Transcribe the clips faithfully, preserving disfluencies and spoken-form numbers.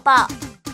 报。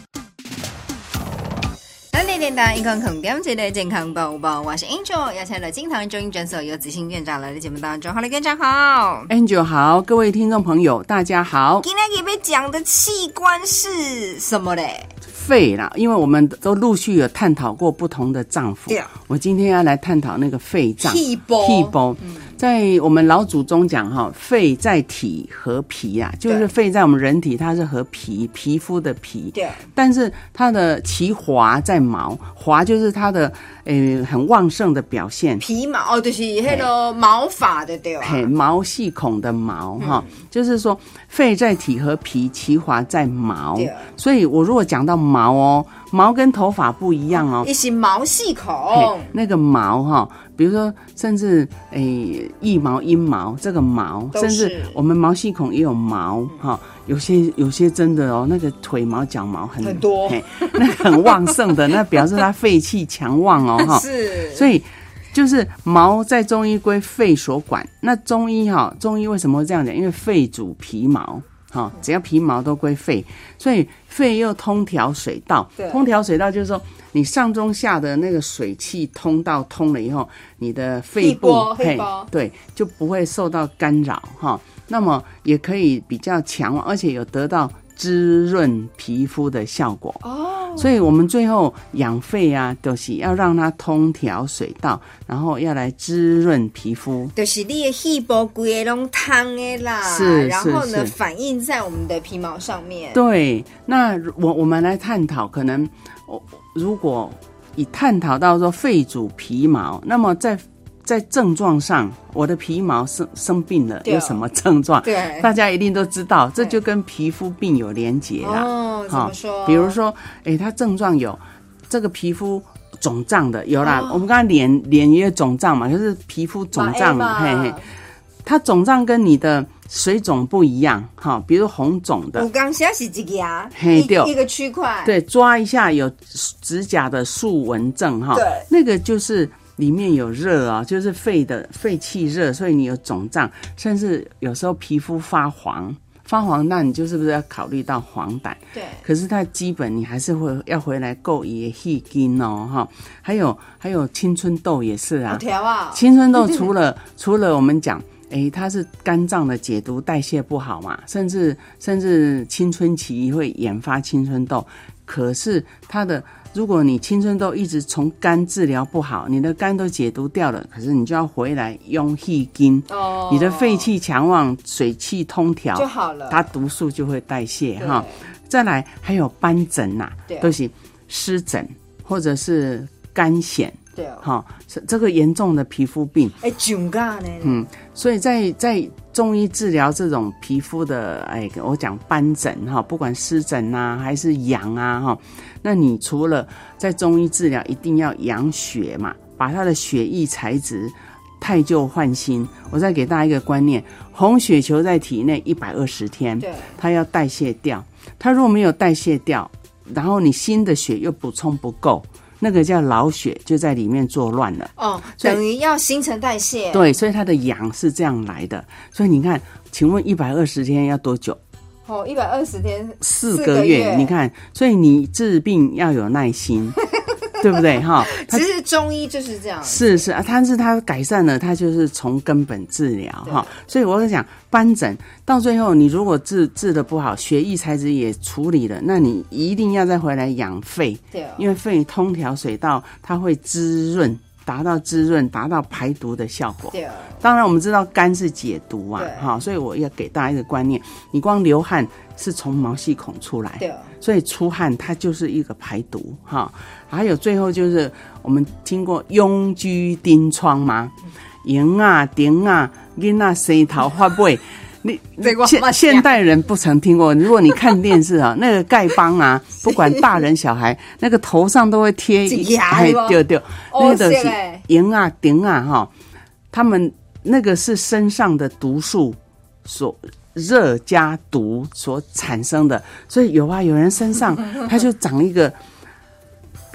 咱的电台一空空点这的健康宝宝，我是 Angel， 邀请了金堂中医诊所有子欣院长来的节目当中。好了，院长好 ，Angel 好，各位听众朋友大家好。 今天给讲的器官是什么嘞？ 肺啦，因为我们都陆续有探讨过不同的脏腑，我今天要来探讨那个肺脏。 气波， 气波，在我们老祖宗讲哈，肺在体和皮啊，就是肺在我们人体它是和皮皮肤的皮，对，但是它的其华在毛，华就是它的诶、呃、很旺盛的表现。 皮毛哦，就是那个毛发的对吧？ 嘿，毛细孔的毛哈、嗯，就是说肺在体和皮，其华在毛。所以我如果讲到毛哦，毛跟头发不一样哦， 一些毛细孔， 那个毛哈，比如说甚至诶腋毛、阴毛，这个毛，甚至我们毛细孔也有毛哈、嗯，有些有些真的哦，那个腿毛、脚毛很很多， 那个很旺盛的，那表示它肺气强旺哦哈， 是， 所以。就是毛在中医归肺所管，那中医哈，中医为什么会这样讲？因为肺主皮毛，哈，只要皮毛都归肺，所以肺又通调水道。通调水道就是说，你上中下的那个水气通道通了以后，你的肺部嘿，对，就不会受到干扰哈。那么也可以比较强旺，而且有得到滋润皮肤的效果哦，所以我们最后养肺啊，都是要让它通调水道，然后要来滋润皮肤。 就是你的细胞规个拢烫的啦， 是， 然后呢，反映在我们的皮毛上面。 对，那我我们来探讨，可能如果以探讨到说肺主皮毛，那么在。在症状上，我的皮毛生生病了，有什么症状？对，大家一定都知道，这就跟皮肤病有连结啦。 哦，怎么说？ 比如说，哎，它症状有这个皮肤肿胀的，有啦。哦、我们刚才脸脸也有肿胀嘛，就是皮肤肿胀，嘿嘿。它肿胀跟你的水肿不一样，哈，比如红肿的， 我刚写是这个呀， 嘿，对， 一个区块， 对，抓一下有指甲的竖纹症，哈， 对， 那个就是。里面有热啊，就是肺的肺气热，所以你有肿胀，甚至有时候皮肤发黄，发黄，那你就是不是要考虑到黄疸？对。可是它基本你还是会要回来够也细筋哦，哈。还有还有青春痘也是啊， 啊青春痘除了除了我们讲，哎，它是肝脏的解毒代谢不好嘛，甚至甚至青春期会引发青春痘，可是它的。如果你青春痘一直从肝治疗不好，你的肝都解毒掉了，可是你就要回来用细筋，哦，你的肺气强旺，水气通调就好了， 它毒素就会代谢哈。再来还有斑疹呐、啊，都是湿疹或者是肝癣，对哦，哈，这个严重的皮肤病， 哎，肿干呢， 嗯，所以在在中医治疗这种皮肤的，哎，我讲斑疹哈，不管湿疹啊还是痒啊哈。那你除了在中医治疗一定要养血嘛，把它的血液材质汰旧换新。我再给大家一个观念，红血球在体内一百二十天，对，它要代谢掉，它如果没有代谢掉，然后你新的血又补充不够，那个叫老血就在里面作乱了。 哦，等于要新陈代谢。 对，所以它的养是这样来的。所以你看，请问一百二十天要多久？ 哦，一百二十天， 四个月，你看，所以你治病要有耐心，对不对？哈， 其实中医就是这样， 是是啊，但是它改善了，它就是从根本治疗哈。所以我跟你讲，斑疹到最后，你如果治治的不好，血液材质也处理了，那你一定要再回来养肺，对、哦，因为肺通调水道，它会滋润。达到滋润，达到排毒的效果。对，当然我们知道肝是解毒啊，哈，所以我要给大家一个观念：你光流汗是从毛细孔出来，对，所以出汗它就是一个排毒哈。还有最后就是我们听过痈疽疔疮吗？营啊、顶啊、囡啊、生头发尾。你现现代人不曾听过，如果你看电视啊，那个丐帮啊，不管大人小孩，那个头上都会贴一哎，对对，那个是营啊顶啊哈，他们那个是身上的毒素所热加毒所产生的，所以有啊，有人身上他就长一个，他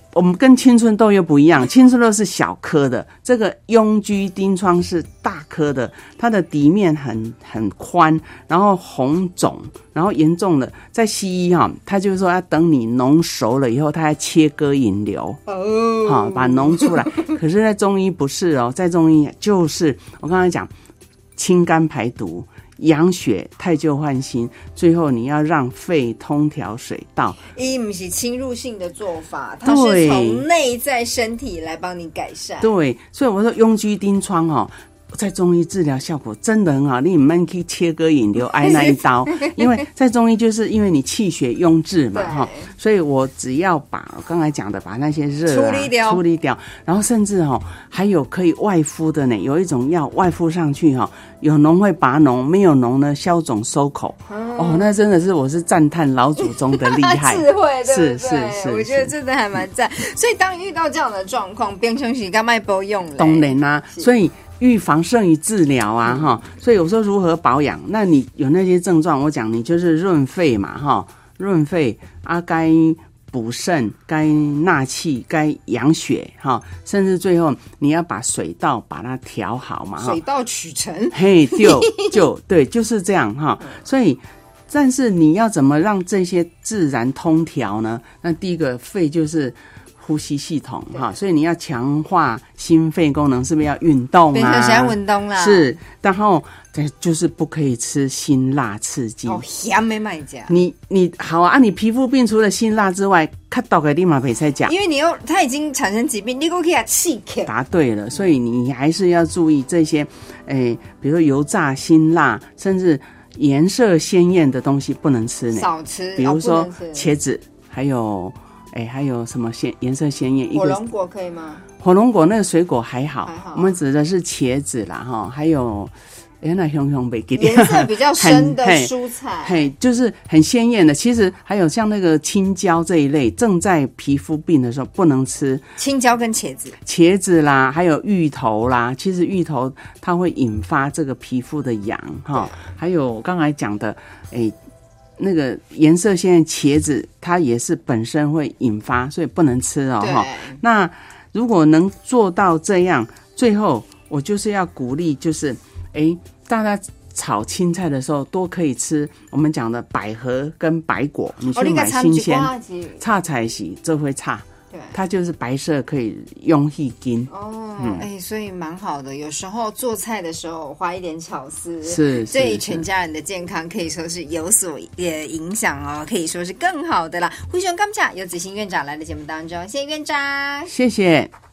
我们跟青春痘又不一样，青春痘是小颗的，这个痈疽疔疮是大颗的，它的底面很很宽，然后红肿，然后严重的，在西医哈，他就是说要等你脓熟了以后，他要切割引流，哦，好把脓出来。可是，在中医不是哦，在中医就是我刚才讲清肝排毒。养血汰旧换新，最后你要让肺通调水道。 一不是侵入性的做法，它是从内在身体来帮你改善。 对，所以我说痈疽疔疮哦，在中医治疗效果真的很好，你们可以切割引流挨那一刀，因为在中医就是因为你气血壅滞嘛哈，所以我只要把我刚才讲的把那些热、啊、处理掉，处理掉，然后甚至哈还有可以外敷的呢，有一种药外敷上去哈，有脓会拔脓，没有脓呢消肿收口。嗯、哦，那真的是我是赞叹老祖宗的厉害智慧，对不对？ 是是是， 我觉得真的还蛮赞。所以当遇到这样的状况，变成是干嘛不用了？ 当然啦，所以。预防胜于治疗啊哈，所以我说如何保养，那你有那些症状，我讲你就是润肺嘛哈，润肺啊，该补肾，该纳气，该养血哈，甚至最后你要把水道把它调好嘛哈， 水道取成， 嘿，就就对，就是这样哈，所以。但是你要怎么让这些自然通调呢？那第一个肺就是呼吸系统哈，所以你要强化心肺功能，是不是要运动啊？ 变成想运动啦。 是，然后就是不可以吃辛辣刺激。 哦，咸没买家。 你你好啊，你皮肤病除了辛辣之外，看到的立马可以再讲。 因为你又它已经产生疾病，你可以把气开。 答对了，所以你还是要注意这些，诶，比如说油炸、辛辣，甚至。颜色鲜艳的东西不能吃呢， 少吃。 比如说茄子，还有哎，还有什么鲜颜色鲜艳？ 火龙果可以吗？ 火龙果那个水果还好， 还好我们指的是茄子啦哈，还有。哎，那熊熊没给颜色比较深的蔬菜， 嘿，就是很鲜艳的。其实还有像那个青椒这一类，正在皮肤病的时候不能吃。 青椒跟茄子， 茄子啦，还有芋头啦。其实芋头它会引发这个皮肤的痒哈。还有刚才讲的，哎，那个颜色鲜艳茄子，它也是本身会引发，所以不能吃哦哈。那如果能做到这样，最后我就是要鼓励，就是。哎，大家炒青菜的时候都可以吃我们讲的百合跟白果，你去买新鲜，炒菜时这会炒，对，它就是白色可以用细筋哦，哎、嗯欸，所以蛮好的。有时候做菜的时候花一点巧思， 是对全家人的健康可以说是有所也影响哦，可以说是更好的啦。非常感谢有子兴院长来的节目当中，谢谢院长， 谢谢。